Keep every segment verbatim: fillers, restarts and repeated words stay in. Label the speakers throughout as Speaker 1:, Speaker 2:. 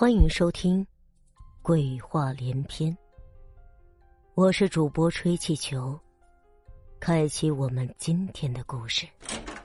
Speaker 1: 欢迎收听鬼话连篇，我是主播吹气球，开启我们今天的故事。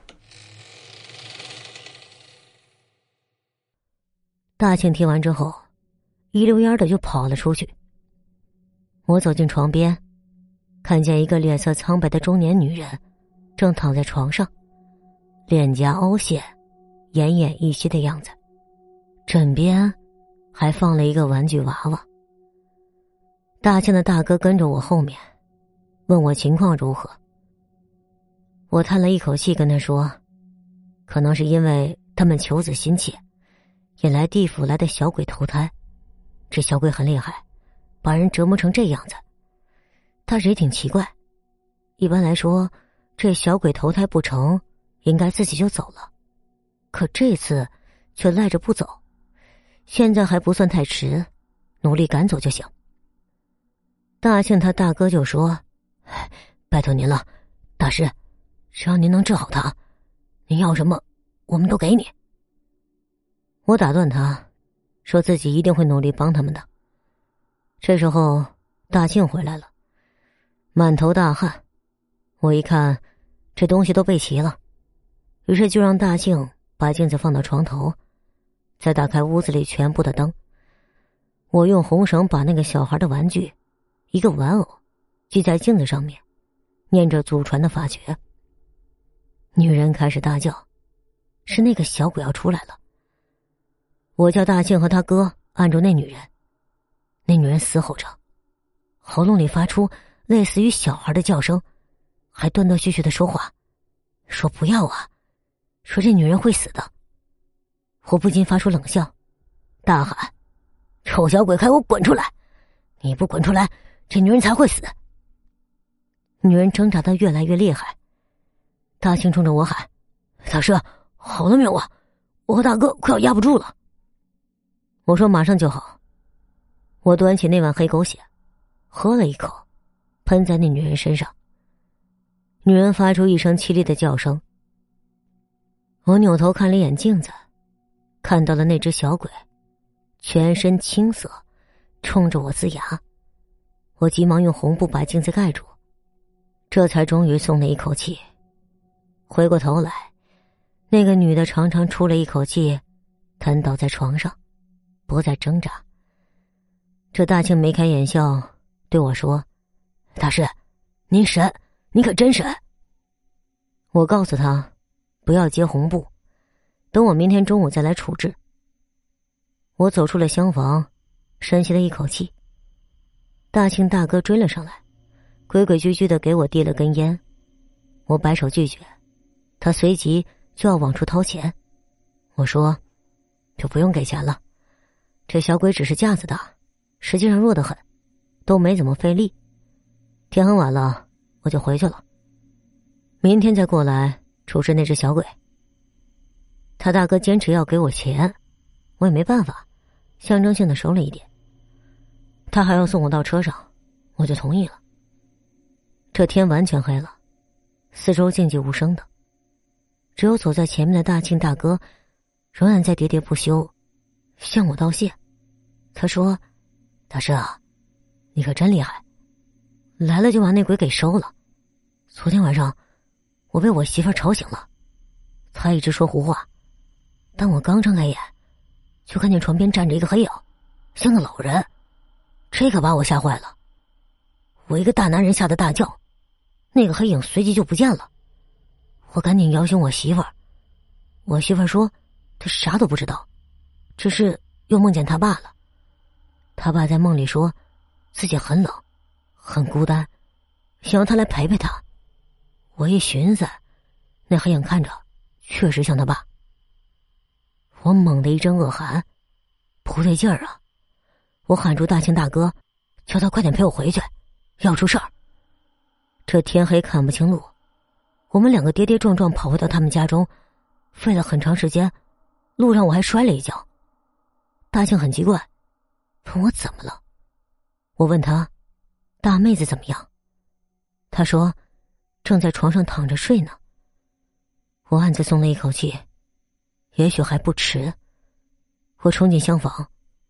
Speaker 1: 大庆听完之后一溜烟的就跑了出去。我走进床边，看见一个脸色苍白的中年女人正躺在床上，脸颊凹陷，奄奄一息的样子，枕边还放了一个玩具娃娃。大庆的大哥跟着我后面，问我情况如何。我叹了一口气跟他说，可能是因为他们求子心切，引来地府来的小鬼投胎，这小鬼很厉害，把人折磨成这样子。但是也挺奇怪，一般来说这小鬼投胎不成应该自己就走了，可这次却赖着不走，现在还不算太迟，努力赶走就行。大庆他大哥就说，拜托您了，大师，只要您能治好他，您要什么我们都给你。我打断他，说自己一定会努力帮他们的。这时候大庆回来了，满头大汗。我一看这东西都备齐了，于是就让大庆把镜子放到床头，再打开屋子里全部的灯。我用红绳把那个小孩的玩具，一个玩偶，系在镜子上面，念着祖传的法诀。女人开始大叫，是那个小鬼要出来了。我叫大庆和他哥按住那女人，那女人嘶吼着，喉咙里发出类似于小孩的叫声，还断断续续的说话，说不要啊，说这女人会死的。我不禁发出冷笑，大喊，臭小鬼，快给我滚出来，你不滚出来，这女人才会死。女人挣扎得越来越厉害。大庆冲着我喊，大师，好了没有啊，我和大哥快要压不住了。我说马上就好。我端起那碗黑狗血，喝了一口，喷在那女人身上。女人发出一声凄厉的叫声。我扭头看了一眼镜子，看到了那只小鬼，全身青色，冲着我呲牙。我急忙用红布把镜子盖住，这才终于松了一口气。回过头来，那个女的长长出了一口气，瘫倒在床上，不再挣扎。这大庆眉开眼笑对我说，大师，您神，您可真神。我告诉他不要接红布，等我明天中午再来处置。我走出了厢房，深吸了一口气。大庆大哥追了上来，规规矩矩地给我递了根烟。我摆手拒绝，他随即就要往出掏钱。我说，就不用给钱了，这小鬼只是架子大，实际上弱得很，都没怎么费力。天很晚了，我就回去了，明天再过来处置那只小鬼。他大哥坚持要给我钱，我也没办法，象征性的收了一点。他还要送我到车上，我就同意了。这天完全黑了，四周静寂无声的，只有走在前面的大庆大哥仍然在喋喋不休向我道谢。他说，大师啊，你可真厉害，来了就把那鬼给收了。昨天晚上我被我媳妇儿吵醒了，她一直说胡话，但我刚睁开眼就看见床边站着一个黑影，像个老人，这可把我吓坏了。我一个大男人吓得大叫，那个黑影随即就不见了。我赶紧摇醒我媳妇儿，我媳妇儿说她啥都不知道，只是又梦见他爸了。他爸在梦里说自己很冷很孤单，想要他来陪陪他。我一寻思，那黑影看着确实像他爸。我猛地一阵恶寒，不对劲儿啊！我喊住大庆大哥，叫他快点陪我回去，要出事儿。这天黑看不清路，我们两个跌跌撞撞跑回到他们家中，费了很长时间，路上我还摔了一跤。大庆很奇怪，问我怎么了。我问他大妹子怎么样，他说正在床上躺着睡呢。我暗自松了一口气，也许还不迟。我冲进厢房，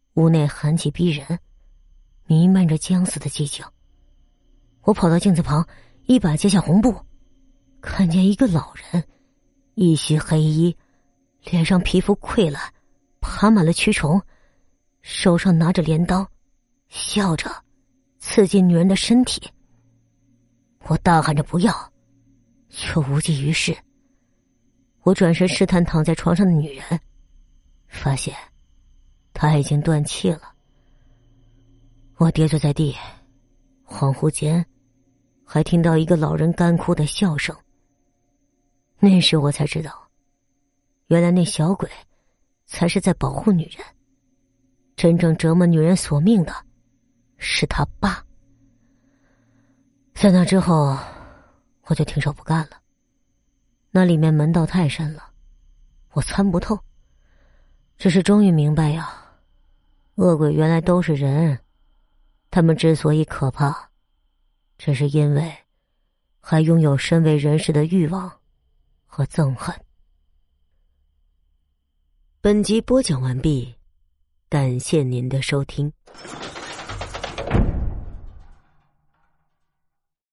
Speaker 1: 屋内寒气逼人，弥漫着将死的寂静。我跑到镜子旁，一把揭下红布，看见一个老人，一袭黑衣，脸上皮肤溃烂，爬满了蛆虫，手上拿着镰刀，笑着刺进女人的身体。我大喊着不要，却无济于事。我转身试探躺在床上的女人，发现她已经断气了。我跌坐在地，恍惚间还听到一个老人干枯的笑声。那时我才知道，原来那小鬼才是在保护女人，真正折磨女人索命的是他爸。在那之后，我就停手不干了。那里面门道太深了，我参不透。只是终于明白呀，恶鬼原来都是人，他们之所以可怕，只是因为还拥有身为人士的欲望和憎恨。本集播讲完毕，感谢您的收听。